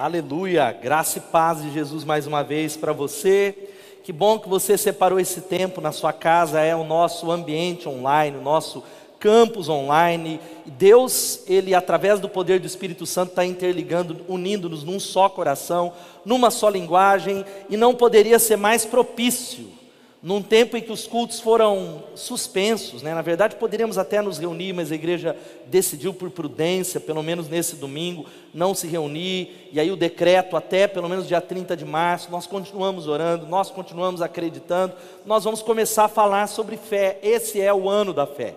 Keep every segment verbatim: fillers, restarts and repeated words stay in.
Aleluia, graça e paz de Jesus mais uma vez para você. Que bom que você separou esse tempo na sua casa, é o nosso ambiente online, o nosso campus online. Deus, Ele através do poder do Espírito Santo está interligando, unindo-nos num só coração, numa só linguagem, e não poderia ser mais propício num tempo em que os cultos foram suspensos, né? Na verdade poderíamos até nos reunir, mas a igreja decidiu por prudência, pelo menos nesse domingo, não se reunir, e aí o decreto até pelo menos dia trinta de março, nós continuamos orando, nós continuamos acreditando, nós vamos começar a falar sobre fé. Esse é o ano da fé,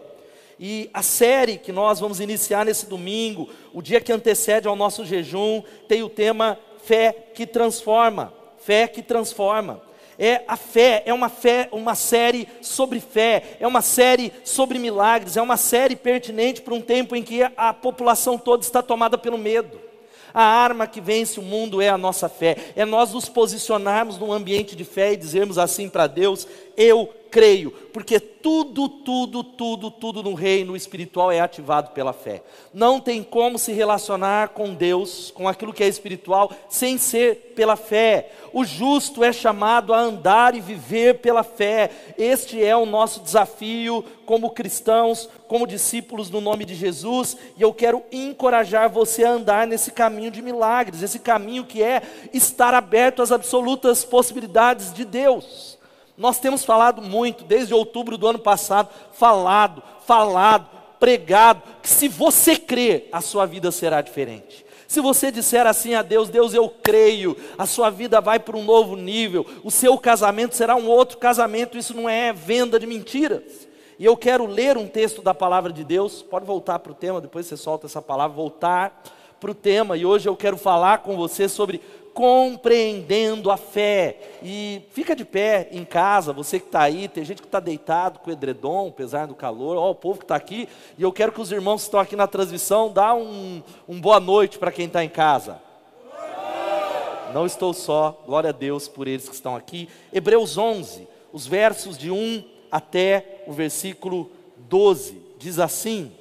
e a série que nós vamos iniciar nesse domingo, o dia que antecede ao nosso jejum, tem o tema Fé que Transforma, Fé que Transforma. É a fé, é uma fé, uma série sobre fé, é uma série sobre milagres, é uma série pertinente para um tempo em que a população toda está tomada pelo medo. A arma que vence o mundo é a nossa fé, é nós nos posicionarmos num ambiente de fé e dizermos assim para Deus: eu creio, porque tudo, tudo, tudo, tudo no reino espiritual é ativado pela fé. Não tem como se relacionar com Deus, com aquilo que é espiritual, sem ser pela fé. O justo é chamado a andar e viver pela fé. Este é o nosso desafio como cristãos, como discípulos no nome de Jesus, e eu quero encorajar você a andar nesse caminho de milagres, esse caminho que é estar aberto às absolutas possibilidades de Deus. Nós temos falado muito, desde outubro do ano passado, falado, falado, pregado, que se você crer, a sua vida será diferente. Se você disser assim a Deus: Deus, eu creio, a sua vida vai para um novo nível, o seu casamento será um outro casamento. Isso não é venda de mentiras. E eu quero ler um texto da palavra de Deus, pode voltar para o tema, depois você solta essa palavra, voltar para o tema, e hoje eu quero falar com você sobre compreendendo a fé. E fica de pé em casa, você que está aí, tem gente que está deitado com o edredom, apesar do calor, ó, o povo que está aqui, e eu quero que os irmãos que estão aqui na transmissão, dá um, um boa noite para quem está em casa. Não estou só, glória a Deus por eles que estão aqui. Hebreus onze, os versos de um até o versículo doze, diz assim: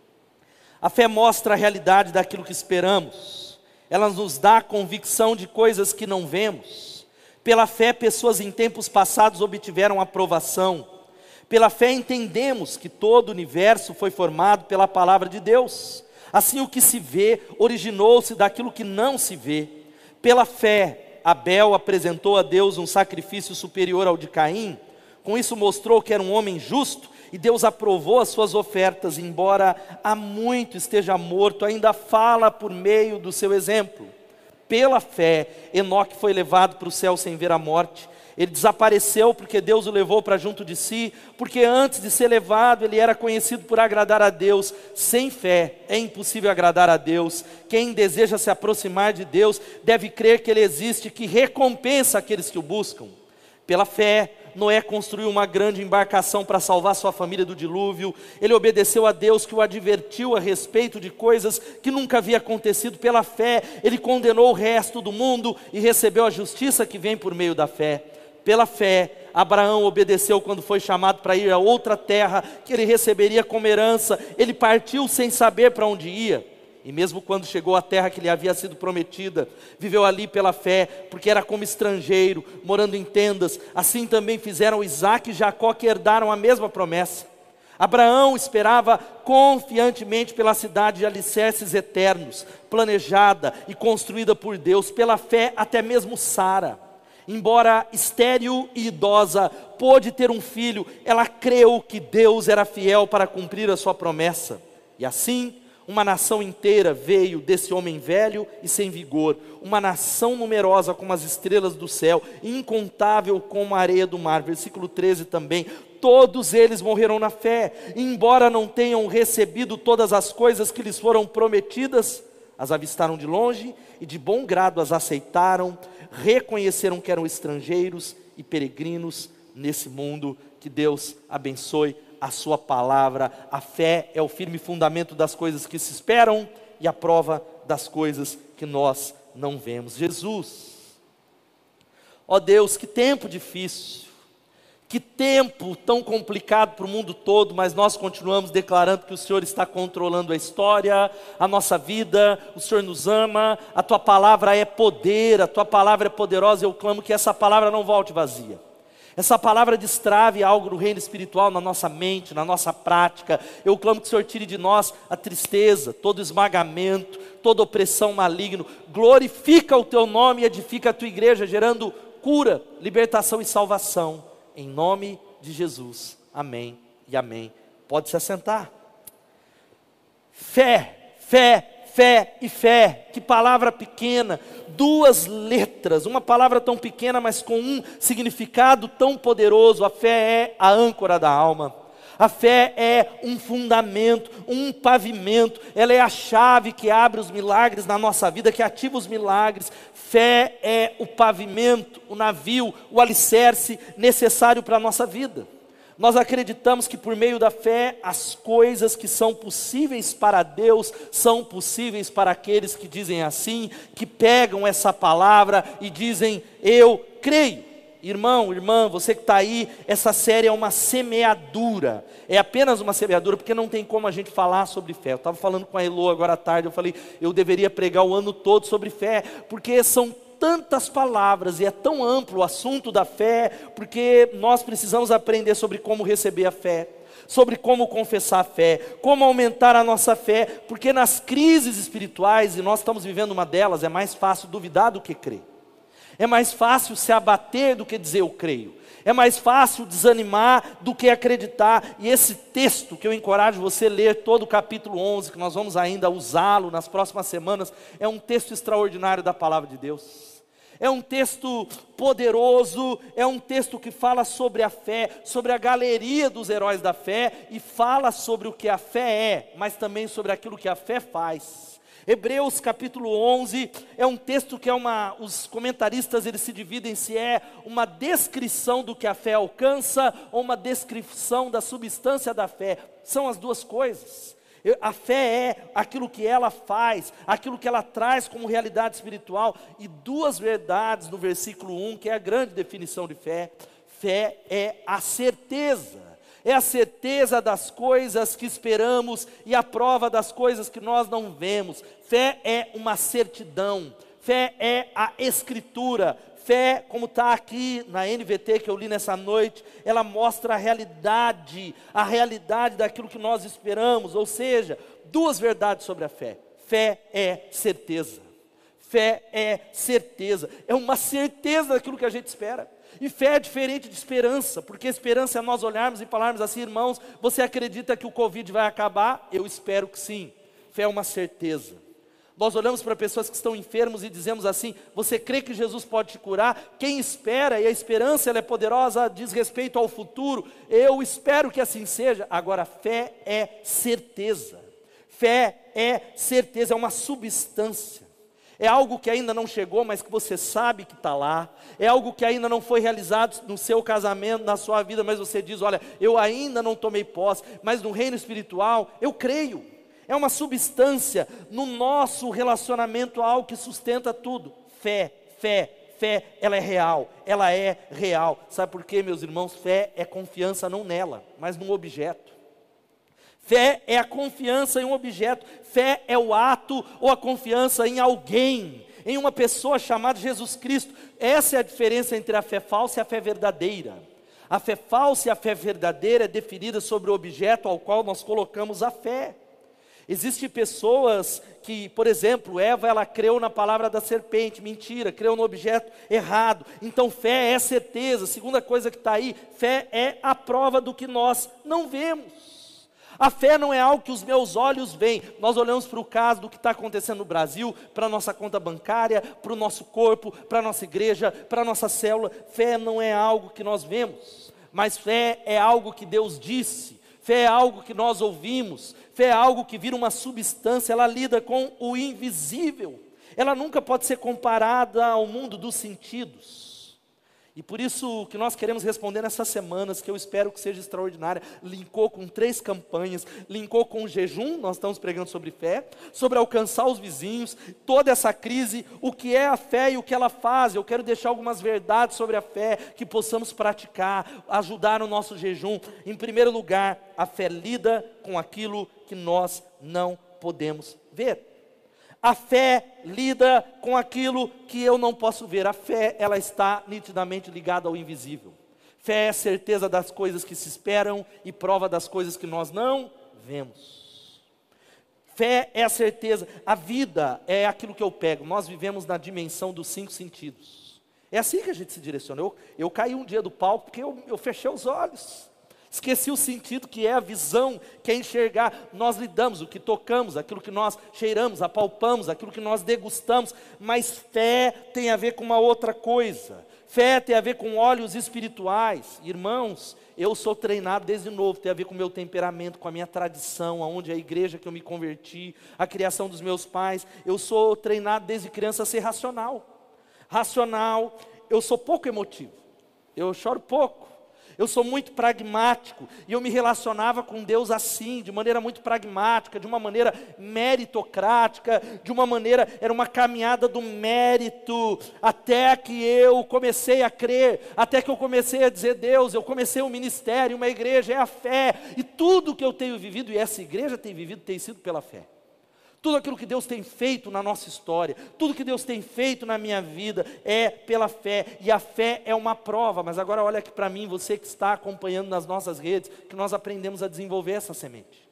a fé mostra a realidade daquilo que esperamos, ela nos dá a convicção de coisas que não vemos. Pela fé, pessoas em tempos passados obtiveram aprovação. Pela fé entendemos que todo o universo foi formado pela palavra de Deus. Assim, o que se vê originou-se daquilo que não se vê. Pela fé, Abel apresentou a Deus um sacrifício superior ao de Caim. Com isso mostrou que era um homem justo, e Deus aprovou as suas ofertas. Embora há muito esteja morto, ainda fala por meio do seu exemplo. Pela fé, Enoque foi levado para o céu sem ver a morte. Ele desapareceu porque Deus o levou para junto de si, porque antes de ser levado, ele era conhecido por agradar a Deus. Sem fé é impossível agradar a Deus. Quem deseja se aproximar de Deus deve crer que Ele existe, que recompensa aqueles que o buscam. Pela fé, Noé construiu uma grande embarcação para salvar sua família do dilúvio. Ele obedeceu a Deus, que o advertiu a respeito de coisas que nunca havia acontecido. Pela fé, ele condenou o resto do mundo e recebeu a justiça que vem por meio da fé. Pela fé, Abraão obedeceu quando foi chamado para ir a outra terra que ele receberia como herança. Ele partiu sem saber para onde ia. E mesmo quando chegou à terra que lhe havia sido prometida, viveu ali pela fé, porque era como estrangeiro, morando em tendas. Assim também fizeram Isaque e Jacó, que herdaram a mesma promessa. Abraão esperava confiantemente pela cidade de alicerces eternos, planejada e construída por Deus. Pela fé, até mesmo Sara, embora estéril e idosa, pôde ter um filho. Ela creu que Deus era fiel para cumprir a sua promessa. E assim, uma nação inteira veio desse homem velho e sem vigor, uma nação numerosa como as estrelas do céu, incontável como a areia do mar. Versículo treze também: todos eles morreram na fé, e embora não tenham recebido todas as coisas que lhes foram prometidas, as avistaram de longe e de bom grado as aceitaram, reconheceram que eram estrangeiros e peregrinos nesse mundo. Que Deus abençoe a sua palavra. A fé é o firme fundamento das coisas que se esperam e a prova das coisas que nós não vemos. Jesus, ó Deus, que tempo difícil, Que tempo tão complicado para o mundo todo, mas nós continuamos declarando que o Senhor está controlando a história, a nossa vida, o Senhor nos ama, a Tua palavra é poder, a Tua palavra é poderosa, eu clamo que essa palavra não volte vazia. Essa palavra destrave algo do reino espiritual na nossa mente, na nossa prática. Eu clamo que o Senhor tire de nós a tristeza, todo esmagamento, toda opressão maligna. Glorifica o Teu nome e edifica a Tua igreja, gerando cura, libertação e salvação. Em nome de Jesus, amém e amém. Pode se assentar. Fé, fé, fé e fé. Que palavra pequena, duas letras, uma palavra tão pequena, mas com um significado tão poderoso. A fé é a âncora da alma. A fé é um fundamento, um pavimento, ela é a chave que abre os milagres na nossa vida, que ativa os milagres. Fé é o pavimento, o navio, o alicerce necessário para a nossa vida. Nós acreditamos que por meio da fé, as coisas que são possíveis para Deus, são possíveis para aqueles que dizem assim, que pegam essa palavra e dizem, eu creio. Irmão, irmã, você que está aí, essa série é uma semeadura, é apenas uma semeadura, porque não tem como a gente falar sobre fé. Eu estava falando com a Elô agora à tarde, eu falei, eu deveria pregar o ano todo sobre fé, porque são tantas palavras e é tão amplo o assunto da fé, porque nós precisamos aprender sobre como receber a fé, sobre como confessar a fé, como aumentar a nossa fé, porque nas crises espirituais, e nós estamos vivendo uma delas, é mais fácil duvidar do que crer. É mais fácil se abater do que dizer eu creio. É mais fácil desanimar do que acreditar. E esse texto que eu encorajo você a ler, todo o capítulo onze, que nós vamos ainda usá-lo nas próximas semanas, é um texto extraordinário da palavra de Deus. É um texto poderoso, é um texto que fala sobre a fé, sobre a galeria dos heróis da fé, e fala sobre o que a fé é, mas também sobre aquilo que a fé faz. Hebreus capítulo onze é um texto que é uma, os comentaristas eles se dividem se é uma descrição do que a fé alcança ou uma descrição da substância da fé. São as duas coisas. A fé é aquilo que ela faz, aquilo que ela traz como realidade espiritual. E duas verdades no versículo um, que é a grande definição de fé. Fé é a certeza. É a certeza das coisas que esperamos e a prova das coisas que nós não vemos. Fé é uma certidão, fé é a escritura. Fé, como está aqui na N V T que eu li nessa noite, ela mostra a realidade, a realidade daquilo que nós esperamos. Ou seja, duas verdades sobre a fé. Fé é certeza, fé é certeza, é uma certeza daquilo que a gente espera. E fé é diferente de esperança, porque esperança é nós olharmos e falarmos assim, irmãos, você acredita que o Covid vai acabar? Eu espero que sim. Fé é uma certeza. Nós olhamos para pessoas que estão enfermos e dizemos assim, você crê que Jesus pode te curar? Quem espera, e a esperança ela é poderosa, diz respeito ao futuro, eu espero que assim seja. Agora, fé é certeza. Fé é certeza, é uma substância. É algo que ainda não chegou, mas que você sabe que está lá. É algo que ainda não foi realizado no seu casamento, na sua vida, mas você diz, olha, eu ainda não tomei posse, mas no reino espiritual, eu creio. É uma substância no nosso relacionamento, algo que sustenta tudo. Fé, fé, fé, ela é real, ela é real. Sabe por quê, meus irmãos? Fé é confiança não nela, mas num objeto. Fé é a confiança em um objeto, fé é o ato ou a confiança em alguém, em uma pessoa chamada Jesus Cristo. Essa é a diferença entre a fé falsa e a fé verdadeira. A fé falsa e a fé verdadeira é definida sobre o objeto ao qual nós colocamos a fé. Existem pessoas que, por exemplo, Eva, ela creu na palavra da serpente, mentira, creu no objeto errado. Então fé é certeza. Segunda coisa que está aí, fé é a prova do que nós não vemos. A fé não é algo que os meus olhos veem. Nós olhamos para o caso do que está acontecendo no Brasil, para a nossa conta bancária, para o nosso corpo, para a nossa igreja, para a nossa célula. Fé não é algo que nós vemos, mas fé é algo que Deus disse. Fé é algo que nós ouvimos. Fé é algo que vira uma substância, ela lida com o invisível. Ela nunca pode ser comparada ao mundo dos sentidos. E por isso que nós queremos responder nessas semanas, que eu espero que seja extraordinária, linkou com três campanhas, linkou com o jejum, nós estamos pregando sobre fé, sobre alcançar os vizinhos, toda essa crise, o que é a fé e o que ela faz. Eu quero deixar algumas verdades sobre a fé, que possamos praticar, ajudar no nosso jejum. Em primeiro lugar, a fé lida com aquilo que nós não podemos ver. A fé lida com aquilo que eu não posso ver. A fé, ela está nitidamente ligada ao invisível. Fé é certeza das coisas que se esperam e prova das coisas que nós não vemos. Fé é a certeza. A vida é aquilo que eu pego. Nós vivemos na dimensão dos cinco sentidos. É assim que a gente se direciona. Eu, eu caí um dia do palco porque eu, eu fechei os olhos. Esqueci o sentido que é a visão, que é enxergar. Nós lidamos, o que tocamos, aquilo que nós cheiramos, apalpamos, aquilo que nós degustamos. Mas fé tem a ver com uma outra coisa. Fé tem a ver com olhos espirituais. Irmãos, eu sou treinado desde novo, tem a ver com o meu temperamento, com a minha tradição, aonde a igreja que eu me converti, a criação dos meus pais. Eu sou treinado desde criança a ser racional. Racional, eu sou pouco emotivo, eu choro pouco. Eu sou muito pragmático, e eu me relacionava com Deus assim, de maneira muito pragmática, de uma maneira meritocrática, de uma maneira, era uma caminhada do mérito, até que eu comecei a crer, até que eu comecei a dizer: Deus, eu comecei um ministério, uma igreja, é a fé, e tudo que eu tenho vivido, e essa igreja tem vivido, tem sido pela fé. Tudo aquilo que Deus tem feito na nossa história, tudo que Deus tem feito na minha vida é pela fé, e a fé é uma prova. Mas agora olha aqui para mim, você que está acompanhando nas nossas redes, que nós aprendemos a desenvolver essa semente.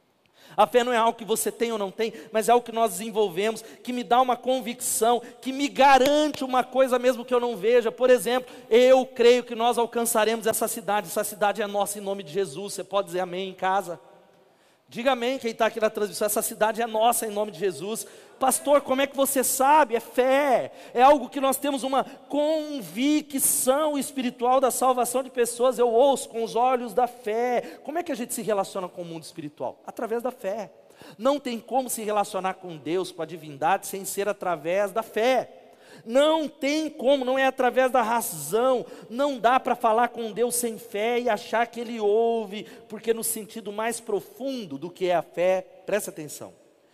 A fé não é algo que você tem ou não tem, mas é algo que nós desenvolvemos, que me dá uma convicção, que me garante uma coisa mesmo que eu não veja. Por exemplo, eu creio que nós alcançaremos essa cidade, essa cidade é nossa em nome de Jesus. Você pode dizer amém em casa? Diga amém quem está aqui na transmissão. Essa cidade é nossa em nome de Jesus. Pastor, como é que você sabe? É fé, é algo que nós temos uma convicção espiritual da salvação de pessoas. Eu ouço com os olhos da fé. Como é que a gente se relaciona com o mundo espiritual? Através da fé. Não tem como se relacionar com Deus, com a divindade, sem ser através da fé. Não tem como, não é através da razão. Não dá para falar com Deus sem fé e achar que Ele ouve, porque no sentido mais profundo do que é a fé, presta atenção,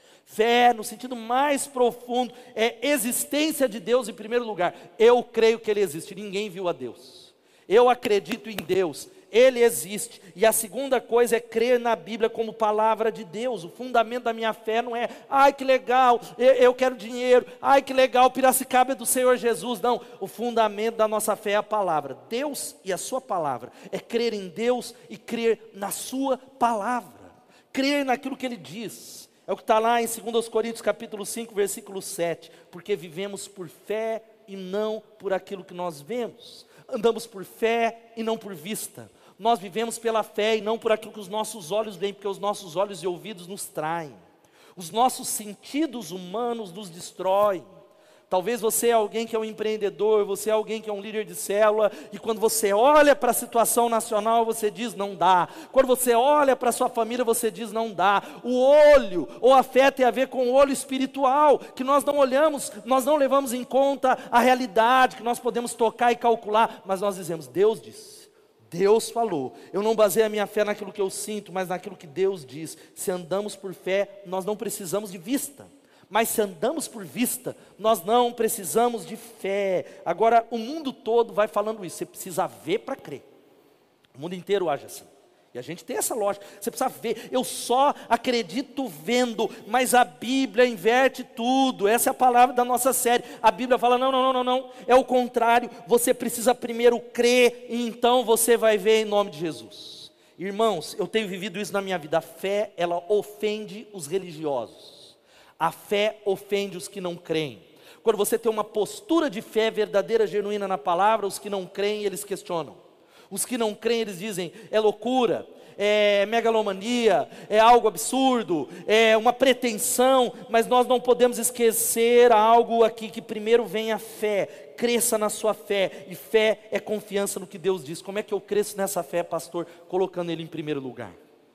fé no sentido mais profundo é existência de Deus em primeiro lugar. Eu creio que Ele existe, ninguém viu a Deus. Eu acredito em Deus, Ele existe. E a segunda coisa é crer na Bíblia como palavra de Deus. O fundamento da minha fé não é: ai que legal, eu, eu quero dinheiro, ai que legal, Piracicaba é do Senhor Jesus. Não, o fundamento da nossa fé é a palavra. Deus e a sua palavra. É crer em Deus e crer na sua palavra. Crer naquilo que Ele diz. É o que está lá em dois Coríntios capítulo cinco, versículo sete. Porque vivemos por fé e não por aquilo que nós vemos. Andamos por fé e não por vista. Nós vivemos pela fé e não por aquilo que os nossos olhos veem, porque os nossos olhos e ouvidos nos traem. Os nossos sentidos humanos nos destroem. Talvez você é alguém que é um empreendedor, você é alguém que é um líder de célula, e quando você olha para a situação nacional, você diz: não dá. Quando você olha para a sua família, você diz: não dá. O olho, ou a fé tem a ver com o olho espiritual, que nós não olhamos, nós não levamos em conta a realidade, que nós podemos tocar e calcular, mas nós dizemos: Deus disse, Deus falou. Eu não baseio a minha fé naquilo que eu sinto, mas naquilo que Deus diz. Se andamos por fé, nós não precisamos de vista. Mas se andamos por vista, nós não precisamos de fé. Agora, o mundo todo vai falando isso. Você precisa ver para crer. O mundo inteiro age assim. E a gente tem essa lógica. Você precisa ver. Eu só acredito vendo. Mas a Bíblia inverte tudo. Essa é a palavra da nossa série. A Bíblia fala: não, não, não, não, não. É o contrário. Você precisa primeiro crer, e então você vai ver em nome de Jesus. Irmãos, eu tenho vivido isso na minha vida. A fé, ela ofende os religiosos. A fé ofende os que não creem. Quando você tem uma postura de fé verdadeira, genuína na palavra, os que não creem, eles questionam. Os que não creem, eles dizem: é loucura, é megalomania, é algo absurdo, é uma pretensão. Mas nós não podemos esquecer algo aqui, que primeiro vem a fé. Cresça na sua fé, e fé é confiança no que Deus diz. Como é que eu cresço nessa fé, pastor? Colocando Ele em primeiro lugar.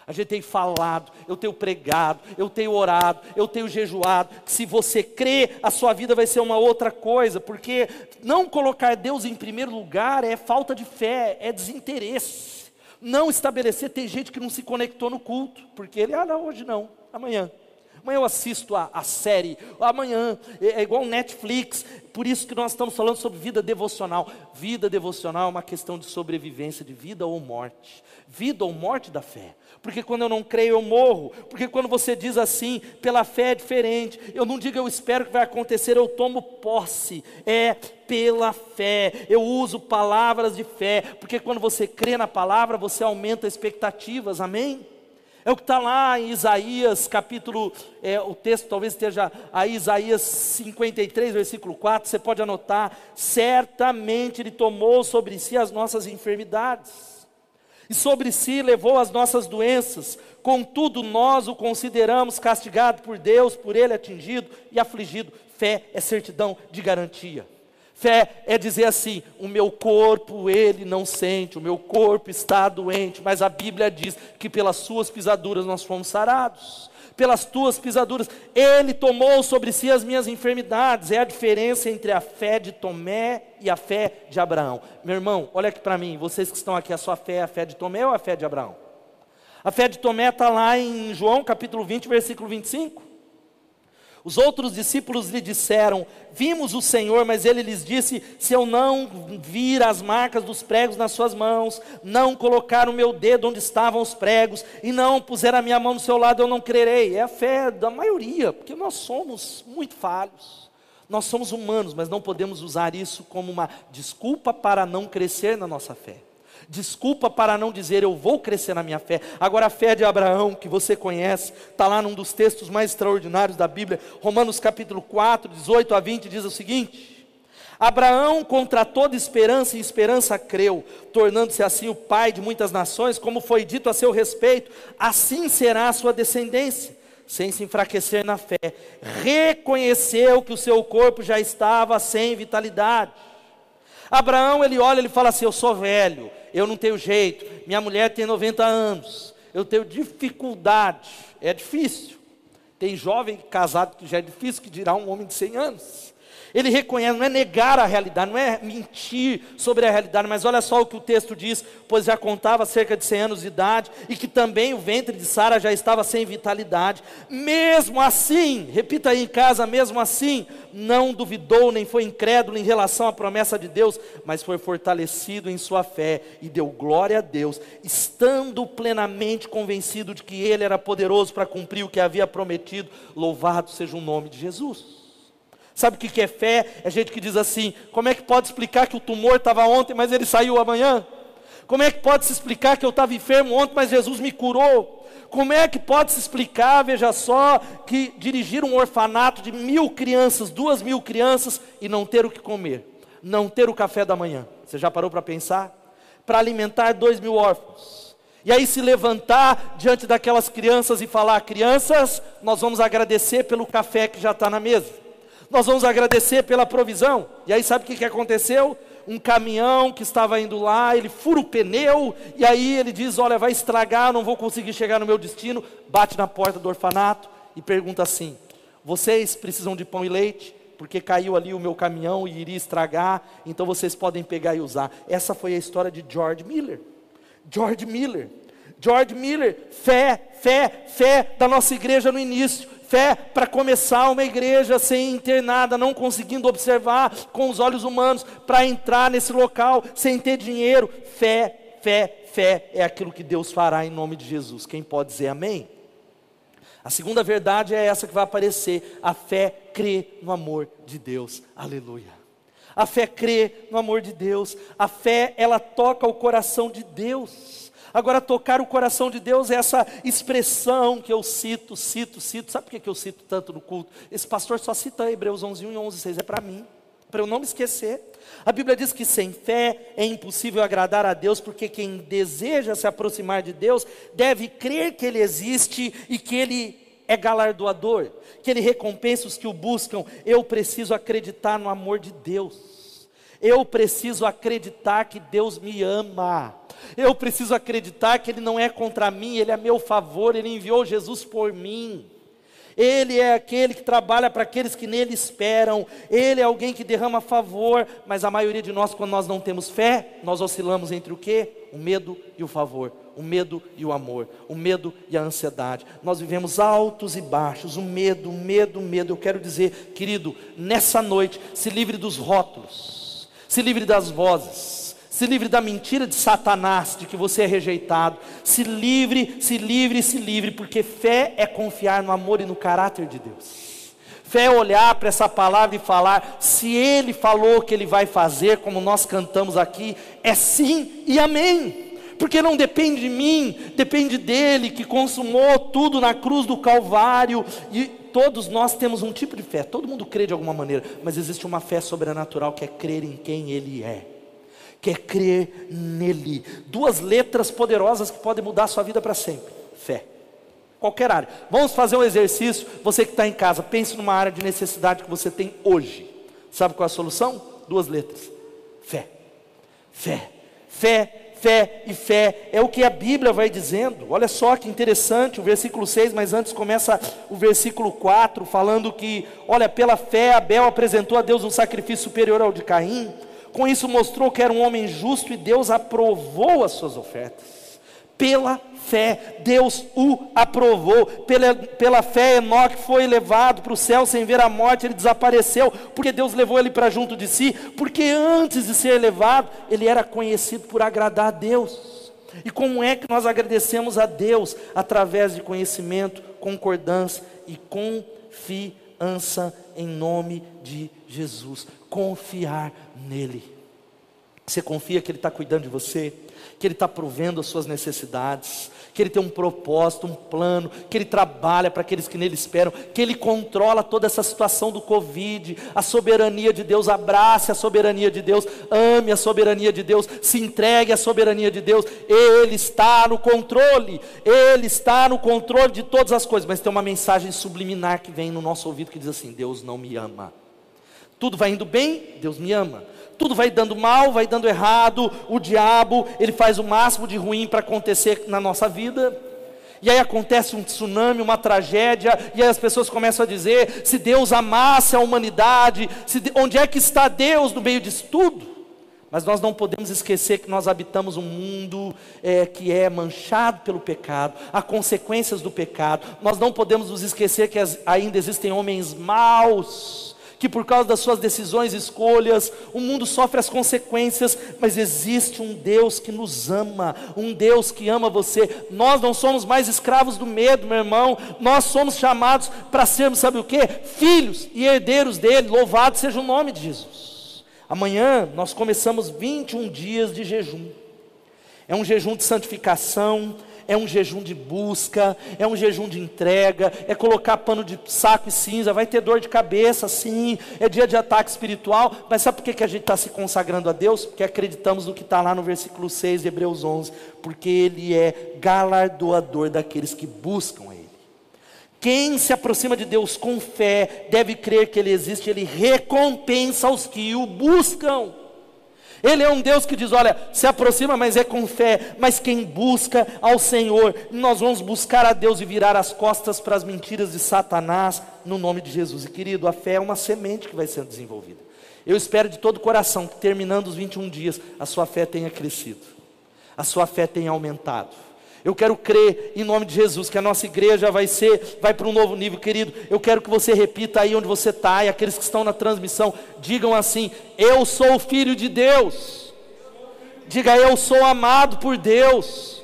a gente tem falado, eu tenho pregado, eu tenho orado, eu tenho jejuado. Se você crê, a sua vida vai ser uma outra coisa, porque não colocar Deus em primeiro lugar é falta de fé, é desinteresse. Não estabelecer, tem gente que não se conectou no culto, porque ele, ah não, hoje não, amanhã. Amanhã eu assisto a, a série, amanhã, é, é igual Netflix. Por isso que nós estamos falando sobre vida devocional. Vida devocional é uma questão de sobrevivência, de vida ou morte. Vida ou morte da fé. Porque quando eu não creio eu morro. Porque quando você diz assim, pela fé é diferente. Eu não digo eu espero que vai acontecer, eu tomo posse. É pela fé, eu uso palavras de fé. Porque quando você crê na palavra, você aumenta expectativas, amém? É o que está lá em Isaías, capítulo, é, o texto talvez esteja aí, Isaías cinquenta e três, versículo quatro, você pode anotar. Certamente Ele tomou sobre si as nossas enfermidades, e sobre si levou as nossas doenças, contudo nós o consideramos castigado por Deus, por Ele atingido e afligido. Fé é certidão de garantia. Fé é dizer assim, o meu corpo ele não sente, o meu corpo está doente, mas a Bíblia diz que pelas suas pisaduras nós fomos sarados, pelas tuas pisaduras, ele tomou sobre si as minhas enfermidades. É a diferença entre a fé de Tomé e a fé de Abraão. Meu irmão, olha aqui para mim, vocês que estão aqui, a sua fé é a fé de Tomé ou a fé de Abraão? A fé de Tomé está lá em João capítulo vinte, versículo vinte e cinco. Os outros discípulos lhe disseram, vimos o Senhor, mas ele lhes disse, se eu não vir as marcas dos pregos nas suas mãos, não colocar o meu dedo onde estavam os pregos, e não puser a minha mão no seu lado, eu não crerei. É a fé da maioria, porque nós somos muito falhos, nós somos humanos, mas não podemos usar isso como uma desculpa para não crescer na nossa fé. Desculpa para não dizer eu vou crescer na minha fé. Agora a fé de Abraão, que você conhece, está lá num dos textos mais extraordinários da Bíblia, Romanos capítulo quatro, dezoito a vinte, diz o seguinte: Abraão contra toda esperança e esperança creu, tornando-se assim o pai de muitas nações, como foi dito a seu respeito, assim será a sua descendência. Sem se enfraquecer na fé, reconheceu que o seu corpo já estava sem vitalidade. Abraão, ele olha, ele fala assim, eu sou velho, eu não tenho jeito, minha mulher tem noventa anos, eu tenho dificuldade, é difícil. Tem jovem casado que já é difícil, que dirá um homem de cem anos. Ele reconhece, não é negar a realidade, não é mentir sobre a realidade, mas olha só o que o texto diz, pois já contava cerca de cem anos de idade, e que também o ventre de Sara já estava sem vitalidade. Mesmo assim, repita aí em casa, mesmo assim, não duvidou, nem foi incrédulo em relação à promessa de Deus, mas foi fortalecido em sua fé, e deu glória a Deus, estando plenamente convencido de que Ele era poderoso para cumprir o que havia prometido. Louvado seja o nome de Jesus. Sabe o que é fé? É gente que diz assim, como é que pode explicar que o tumor estava ontem, mas ele saiu amanhã? Como é que pode se explicar que eu estava enfermo ontem, mas Jesus me curou? Como é que pode se explicar, veja só, que dirigir um orfanato de mil crianças, duas mil crianças, e não ter o que comer, não ter o café da manhã? Você já parou para pensar? Para alimentar dois mil órfãos. E aí se levantar diante daquelas crianças e falar, crianças, nós vamos agradecer pelo café que já está na mesa. Nós vamos agradecer pela provisão. E aí sabe o que, que aconteceu? Um caminhão que estava indo lá, ele fura o pneu, e aí ele diz, olha, vai estragar, não vou conseguir chegar no meu destino. Bate na porta do orfanato e pergunta assim, vocês precisam de pão e leite? Porque caiu ali o meu caminhão e iria estragar, então vocês podem pegar e usar. Essa foi a história de George Miller. George Miller. George Miller, fé, fé, fé da nossa igreja no início. Fé para começar uma igreja sem ter nada, não conseguindo observar com os olhos humanos, para entrar nesse local sem ter dinheiro. Fé, fé, fé é aquilo que Deus fará em nome de Jesus. Quem pode dizer amém? A segunda verdade é essa que vai aparecer. A fé crê no amor de Deus. Aleluia. A fé crê no amor de Deus. A fé, ela toca o coração de Deus. Agora, tocar o coração de Deus é essa expressão que eu cito, cito, cito. Sabe por que eu cito tanto no culto? Esse pastor só cita Hebreus onze, um e onze, seis. É para mim, para eu não me esquecer. A Bíblia diz que sem fé é impossível agradar a Deus, porque quem deseja se aproximar de Deus deve crer que Ele existe e que Ele é galardoador, que Ele recompensa os que o buscam. Eu preciso acreditar no amor de Deus. Eu preciso acreditar que Deus me ama. Eu preciso acreditar que Ele não é contra mim, Ele é a meu favor, Ele enviou Jesus por mim. Ele é aquele que trabalha para aqueles que nele esperam. Ele é alguém que derrama favor. Mas a maioria de nós, quando nós não temos fé, nós oscilamos entre o quê? O medo e o favor, o medo e o amor, o medo e a ansiedade. Nós vivemos altos e baixos, o medo, o medo, o medo. Eu quero dizer, querido, nessa noite, se livre dos rótulos, se livre das vozes, se livre da mentira de Satanás, de que você é rejeitado. Se livre, se livre, se livre, porque fé é confiar no amor e no caráter de Deus. Fé é olhar para essa palavra e falar, se Ele falou que Ele vai fazer, como nós cantamos aqui, é sim e amém. Porque não depende de mim, depende dEle, que consumou tudo na cruz do Calvário. E todos nós temos um tipo de fé, todo mundo crê de alguma maneira, mas existe uma fé sobrenatural que é crer em quem Ele é, que é crer nele. Duas letras poderosas que podem mudar a sua vida para sempre: fé. Qualquer área. Vamos fazer um exercício. Você que está em casa, pense numa área de necessidade que você tem hoje. Sabe qual é a solução? Duas letras: fé. Fé, fé, fé e fé. É o que a Bíblia vai dizendo. Olha só que interessante o versículo seis, mas antes começa o versículo quatro, falando que, olha, pela fé Abel apresentou a Deus um sacrifício superior ao de Caim. Com isso mostrou que era um homem justo e Deus aprovou as suas ofertas. Pela fé, Deus o aprovou. Pela, pela fé, Enoque foi levado para o céu sem ver a morte, ele desapareceu, porque Deus levou ele para junto de si, porque antes de ser levado, ele era conhecido por agradar a Deus. E como é que nós agradecemos a Deus? Através de conhecimento, concordância e confiança em nome de Jesus. Confiar nele. Você confia que Ele está cuidando de você, que Ele está provendo as suas necessidades, que Ele tem um propósito, um plano, que Ele trabalha para aqueles que nele esperam, que Ele controla toda essa situação do Covid, a soberania de Deus. Abrace a soberania de Deus, ame a soberania de Deus, se entregue à soberania de Deus. Ele está no controle, Ele está no controle de todas as coisas. Mas tem uma mensagem subliminar que vem no nosso ouvido que diz assim: Deus não me ama. Tudo vai indo bem, Deus me ama. Tudo vai dando mal, vai dando errado, o diabo, ele faz o máximo de ruim para acontecer na nossa vida. E aí acontece um tsunami, uma tragédia, e aí as pessoas começam a dizer, se Deus amasse a humanidade, se, onde é que está Deus no meio disso tudo? Mas nós não podemos esquecer que nós habitamos um mundo é, que é manchado pelo pecado, há consequências do pecado. Nós não podemos nos esquecer que as, ainda existem homens maus, que por causa das suas decisões e escolhas, o mundo sofre as consequências, mas existe um Deus que nos ama, um Deus que ama você. Nós não somos mais escravos do medo, meu irmão, nós somos chamados para sermos, sabe o que? Filhos e herdeiros dele. Louvado seja o nome de Jesus. Amanhã nós começamos vinte e um dias de jejum. É um jejum de santificação, é um jejum de busca, é um jejum de entrega, é colocar pano de saco e cinza. Vai ter dor de cabeça, sim, é dia de ataque espiritual, mas sabe por que, que a gente está se consagrando a Deus? Porque acreditamos no que está lá no versículo seis de Hebreus onze, porque Ele é galardoador daqueles que buscam Ele. Quem se aproxima de Deus com fé, deve crer que Ele existe, Ele recompensa os que o buscam. Ele é um Deus que diz, olha, se aproxima, mas é com fé. Mas quem busca ao Senhor, nós vamos buscar a Deus e virar as costas para as mentiras de Satanás, no nome de Jesus. E querido, a fé é uma semente que vai sendo desenvolvida. Eu espero de todo o coração que terminando os vinte e um dias, a sua fé tenha crescido, a sua fé tenha aumentado. Eu quero crer em nome de Jesus que a nossa igreja vai ser, vai para um novo nível, querido. Eu quero que você repita aí onde você está, e aqueles que estão na transmissão, digam assim: eu sou o filho de Deus. Diga: eu sou amado por Deus.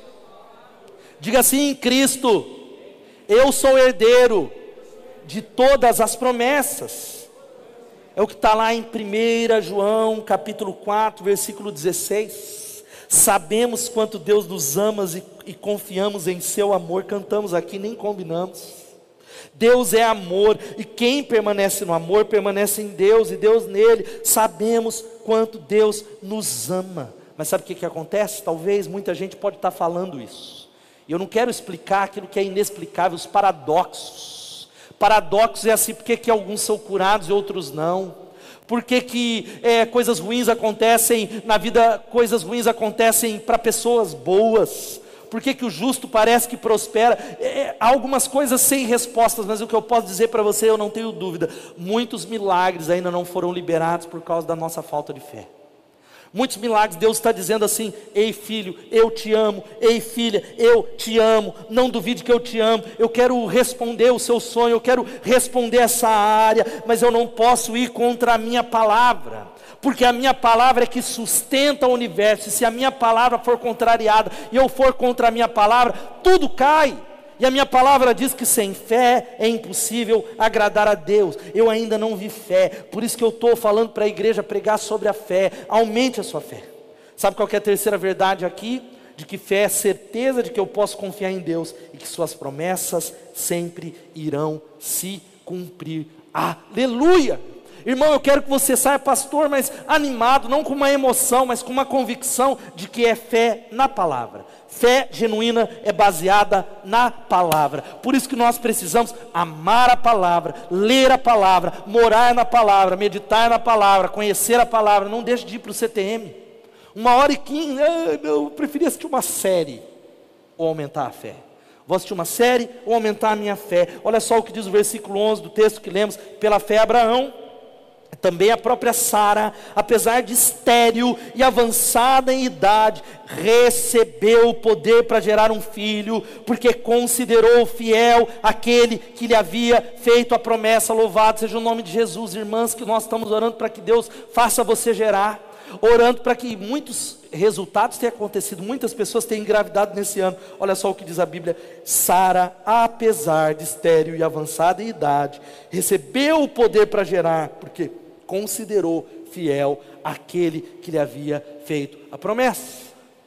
Diga assim: em Cristo, eu sou herdeiro de todas as promessas. É o que está lá em primeira João capítulo quatro, versículo dezesseis. Sabemos quanto Deus nos ama e, e confiamos em seu amor. Cantamos aqui, nem combinamos. Deus é amor, e quem permanece no amor, permanece em Deus, e Deus nele. Sabemos quanto Deus nos ama. Mas sabe o que, que acontece? Talvez muita gente pode estar falando isso, e eu não quero explicar aquilo que é inexplicável, os paradoxos. Paradoxos é assim, porque que alguns são curados e outros não? Por que que é, coisas ruins acontecem na vida, coisas ruins acontecem para pessoas boas? Por que que o justo parece que prospera? É, há algumas coisas sem respostas, mas o que eu posso dizer para você, eu não tenho dúvida, muitos milagres ainda não foram liberados por causa da nossa falta de fé. Muitos milagres, Deus está dizendo assim: ei filho, eu te amo, ei filha, eu te amo, não duvide que eu te amo, eu quero responder o seu sonho, eu quero responder essa área, mas eu não posso ir contra a minha palavra, porque a minha palavra é que sustenta o universo, e se a minha palavra for contrariada, e eu for contra a minha palavra, tudo cai. E a minha palavra diz que sem fé é impossível agradar a Deus. Eu ainda não vi fé, por isso que eu estou falando para a igreja pregar sobre a fé. Aumente a sua fé. Sabe qual que é a terceira verdade aqui? De que fé é certeza de que eu posso confiar em Deus e que suas promessas sempre irão se cumprir. Aleluia! Irmão, eu quero que você saia, pastor, mas animado, não com uma emoção, mas com uma convicção de que é fé na palavra. Fé genuína é baseada na palavra. Por isso que nós precisamos amar a palavra, ler a palavra, morar na palavra, meditar na palavra, conhecer a palavra. Não deixe de ir para o C T M. Uma hora e quinze, ah, não, eu preferia assistir uma série ou aumentar a fé. Vou assistir uma série ou aumentar a minha fé. Olha só o que diz o versículo onze do texto que lemos. Pela fé Abraão, também a própria Sara, apesar de estéril e avançada em idade, recebeu o poder para gerar um filho, porque considerou fiel aquele que lhe havia feito a promessa. Louvado seja o nome de Jesus. Irmãs, que nós estamos orando para que Deus faça você gerar, orando para que muitos resultados tenham acontecido, muitas pessoas tenham engravidado nesse ano. Olha só o que diz a Bíblia: Sara, apesar de estéril e avançada em idade, recebeu o poder para gerar, porque considerou fiel aquele que lhe havia feito a promessa.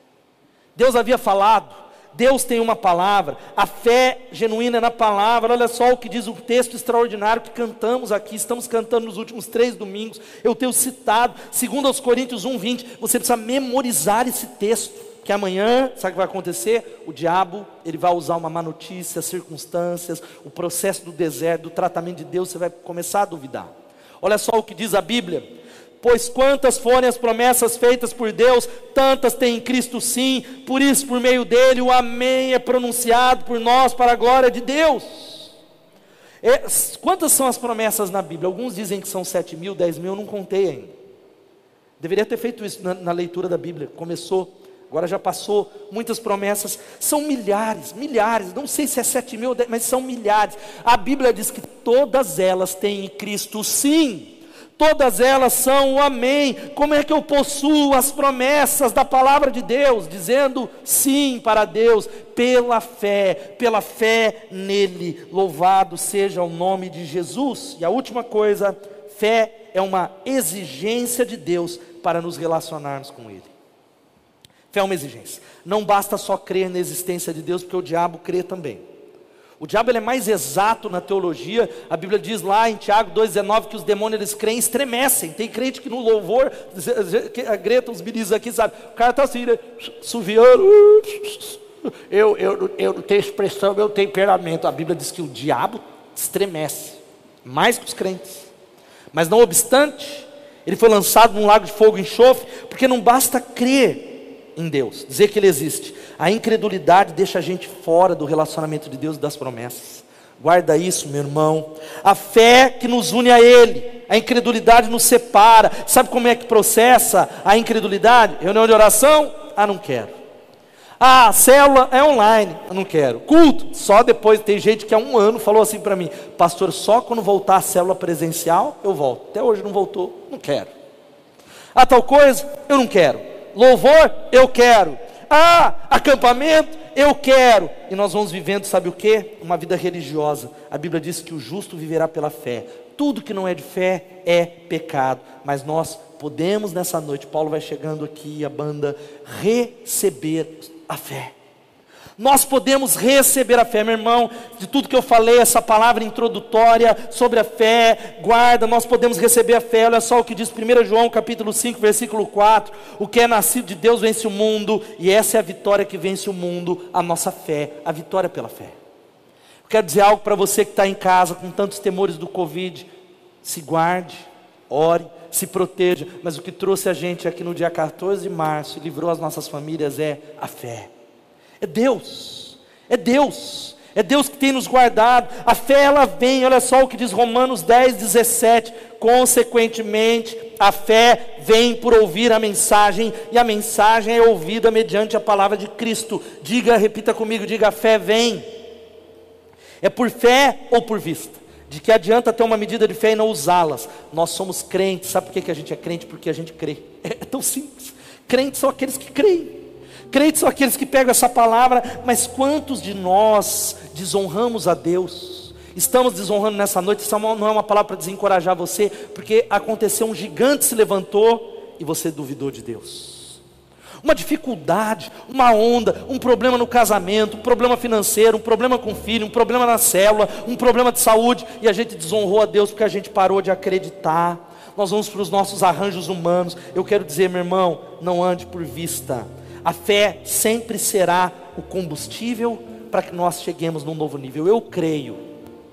Deus havia falado, Deus tem uma palavra, a fé genuína é na palavra. Olha só o que diz um texto extraordinário que cantamos aqui, estamos cantando nos últimos três domingos, eu tenho citado, segundo aos Coríntios um, vinte, você precisa memorizar esse texto, que amanhã, sabe o que vai acontecer? O diabo, ele vai usar uma má notícia, circunstâncias, o processo do deserto, do tratamento de Deus, você vai começar a duvidar. Olha só o que diz a Bíblia: pois quantas forem as promessas feitas por Deus, tantas tem em Cristo sim, por isso por meio dele o amém é pronunciado por nós para a glória de Deus. É, quantas são as promessas na Bíblia? Alguns dizem que são sete mil, dez mil, eu não contei ainda. Deveria ter feito isso na, na leitura da Bíblia, começou, agora já passou, muitas promessas, são milhares, milhares, não sei se é sete mil, mas são milhares. A Bíblia diz que todas elas têm em Cristo sim, todas elas são o amém. Como é que eu possuo as promessas da palavra de Deus? Dizendo sim para Deus, pela fé, pela fé nele. Louvado seja o nome de Jesus. E a última coisa, fé é uma exigência de Deus para nos relacionarmos com ele. Fé é uma exigência. Não basta só crer na existência de Deus, porque o diabo crê também. O diabo ele é mais exato na teologia. A Bíblia diz lá em Tiago dois, dezenove que os demônios eles creem, estremecem. Tem crente que no louvor, a Greta, os meninos aqui, sabe, o cara está assim, né, suviando. Eu, eu, eu não tenho expressão, meu temperamento. A Bíblia diz que o diabo estremece, mais que os crentes. Mas não obstante, ele foi lançado num lago de fogo e enxofre, porque não basta crer em Deus, dizer que ele existe. A incredulidade deixa a gente fora do relacionamento de Deus e das promessas. Guarda isso, meu irmão. A fé que nos une a ele, a incredulidade nos separa. Sabe como é que processa a incredulidade? Reunião de oração? Ah, não quero. Ah, célula é online? Eu não quero. Culto? Só depois. Tem gente que há um ano falou assim para mim: pastor, só quando voltar a célula presencial eu volto. Até hoje não voltou, não quero. Ah, tal coisa? Eu não quero. Louvor, eu quero. Ah, acampamento, eu quero. E nós vamos vivendo, sabe o que? Uma vida religiosa. A Bíblia diz que o justo viverá pela fé. Tudo que não é de fé é pecado. Mas nós podemos nessa noite, Paulo vai chegando aqui, a banda, receber a fé. Nós podemos receber a fé, meu irmão. De tudo que eu falei, essa palavra introdutória sobre a fé, guarda, nós podemos receber a fé. Olha só o que diz primeiro João capítulo cinco, versículo quatro: o que é nascido de Deus vence o mundo, e essa é a vitória que vence o mundo, a nossa fé, a vitória pela fé. Eu quero dizer algo para você que está em casa com tantos temores do Covid: se guarde, ore, se proteja, mas o que trouxe a gente aqui no dia quatorze de março e livrou as nossas famílias é a fé. É Deus, é Deus, é Deus que tem nos guardado. A fé ela vem, olha só o que diz Romanos dez, dezessete, consequentemente a fé vem por ouvir a mensagem, e a mensagem é ouvida mediante a palavra de Cristo. Diga, repita comigo, diga: a fé vem. É por fé ou por vista? De que adianta ter uma medida de fé e não usá-las? Nós somos crentes. Sabe por que que a gente é crente? Porque a gente crê. É tão simples. Crentes são aqueles que creem. Crentes são aqueles que pegam essa palavra. Mas quantos de nós desonramos a Deus? Estamos desonrando nessa noite. Isso não é uma palavra para desencorajar você, porque aconteceu, um gigante se levantou e você duvidou de Deus. Uma dificuldade, uma onda, um problema no casamento, um problema financeiro, um problema com o filho, um problema na célula, um problema de saúde, e a gente desonrou a Deus porque a gente parou de acreditar. Nós vamos para os nossos arranjos humanos. Eu quero dizer, meu irmão, não ande por vista. A fé sempre será o combustível para que nós cheguemos num novo nível. Eu creio.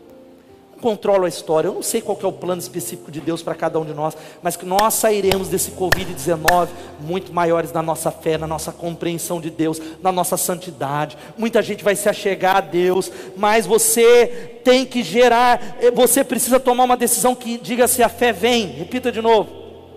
Controlo a história, eu não sei qual que é o plano específico de Deus para cada um de nós, mas que nós sairemos desse covid dezenove muito maiores na nossa fé, na nossa compreensão de Deus, na nossa santidade. Muita gente vai se achegar a Deus, mas você tem que gerar, você precisa tomar uma decisão que diga se a fé vem. Repita de novo.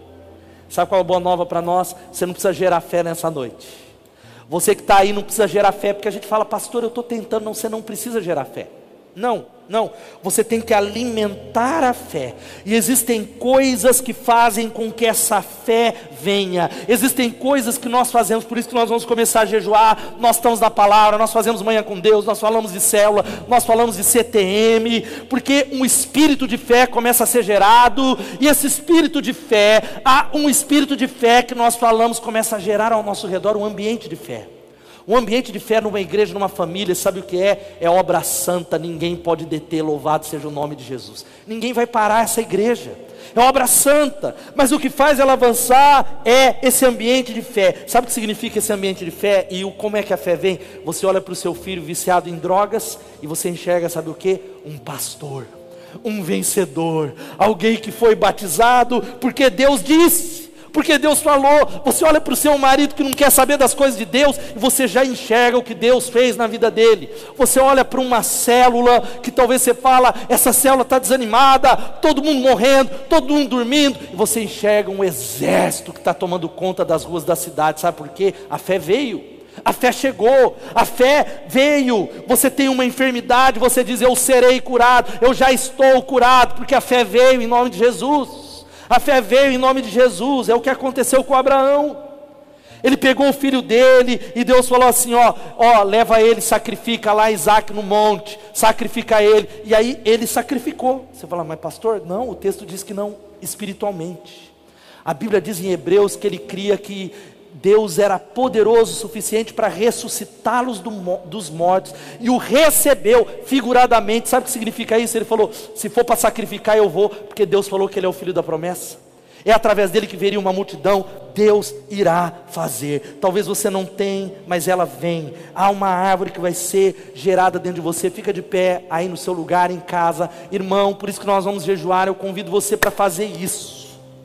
Sabe qual é a boa nova para nós? Você não precisa gerar fé nessa noite. Você que está aí não precisa gerar fé, porque a gente fala: pastor, eu estou tentando. Não, você não precisa gerar fé. Não, não, você tem que alimentar a fé, e existem coisas que fazem com que essa fé venha, existem coisas que nós fazemos, por isso que nós vamos começar a jejuar, nós estamos na palavra, nós fazemos manhã com Deus, nós falamos de célula, nós falamos de C T M, porque um espírito de fé começa a ser gerado, e esse espírito de fé, há um espírito de fé que nós falamos, começa a gerar ao nosso redor um ambiente de fé. Um ambiente de fé numa igreja, numa família, sabe o que é? É obra santa, ninguém pode deter, louvado seja o nome de Jesus. Ninguém vai parar essa igreja, é obra santa, mas o que faz ela avançar é esse ambiente de fé. Sabe o que significa esse ambiente de fé? E o, como é que a fé vem? Você olha para o seu filho viciado em drogas, e você enxerga, sabe o que? Um pastor, um vencedor, alguém que foi batizado, porque Deus disse, porque Deus falou. Você olha para o seu marido que não quer saber das coisas de Deus, e você já enxerga o que Deus fez na vida dele. Você olha para uma célula, que talvez você fala: essa célula está desanimada, todo mundo morrendo, todo mundo dormindo, e você enxerga um exército que está tomando conta das ruas da cidade. Sabe por quê? A fé veio, a fé chegou, a fé veio. Você tem uma enfermidade, você diz: eu serei curado, eu já estou curado, porque a fé veio em nome de Jesus. A fé veio em nome de Jesus. É o que aconteceu com Abraão. Ele pegou o filho dele, e Deus falou assim: ó, ó, leva ele, sacrifica lá Isaac no monte, sacrifica ele. E aí ele sacrificou. Você fala: mas pastor, não, o texto diz que não, espiritualmente. A Bíblia diz em Hebreus que ele cria que Deus era poderoso o suficiente para ressuscitá-los do, dos mortos, e o recebeu figuradamente. Sabe o que significa isso? Ele falou: se for para sacrificar eu vou, porque Deus falou que ele é o filho da promessa, é através dele que viria uma multidão. Deus irá fazer. Talvez você não tenha, mas ela vem. Há uma árvore que vai ser gerada dentro de você. Fica de pé aí no seu lugar, em casa, irmão. Por isso que nós vamos jejuar. Eu convido você para fazer isso.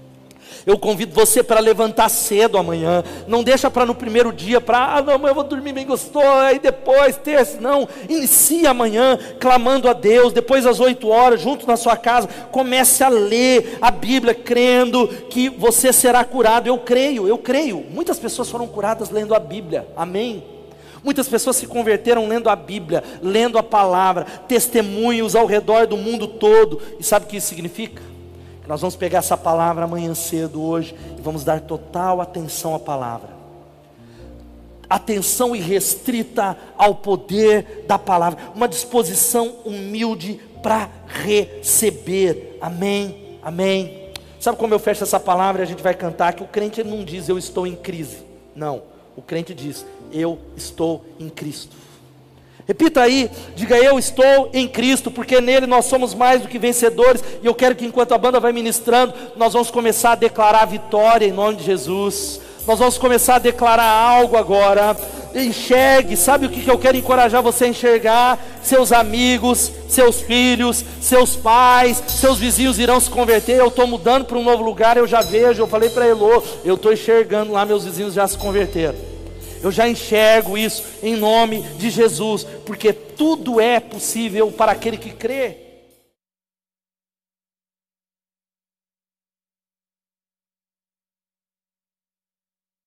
Eu convido você para levantar cedo amanhã. Não deixa para no primeiro dia, para, ah não, amanhã eu vou dormir bem gostoso, aí depois, terça, não. Inicie amanhã clamando a Deus, depois às oito horas, junto na sua casa, comece a ler a Bíblia, crendo que você será curado. Eu creio, eu creio. Muitas pessoas foram curadas lendo a Bíblia, amém? Muitas pessoas se converteram lendo a Bíblia, lendo a palavra, testemunhos ao redor do mundo todo. E sabe o que isso significa? Nós vamos pegar essa palavra amanhã cedo, hoje, e vamos dar total atenção à palavra. Atenção irrestrita ao poder da palavra. Uma disposição humilde para receber. Amém, amém. Sabe como eu fecho essa palavra e a gente vai cantar? Que o crente não diz: eu estou em crise. Não, o crente diz: eu estou em Cristo. Repita aí, diga: eu estou em Cristo, porque nele nós somos mais do que vencedores. E eu quero que enquanto a banda vai ministrando, nós vamos começar a declarar a vitória em nome de Jesus. Nós vamos começar a declarar algo agora. enxergue. Sabe o que eu quero encorajar você a enxergar? Seus amigos, seus filhos, seus pais, seus vizinhos irão se converter. Eu estou mudando para um novo lugar, eu já vejo. Eu falei para Elô, eu estou enxergando lá, meus vizinhos já se converteram. Eu já enxergo isso em nome de Jesus, porque tudo é possível para aquele que crê.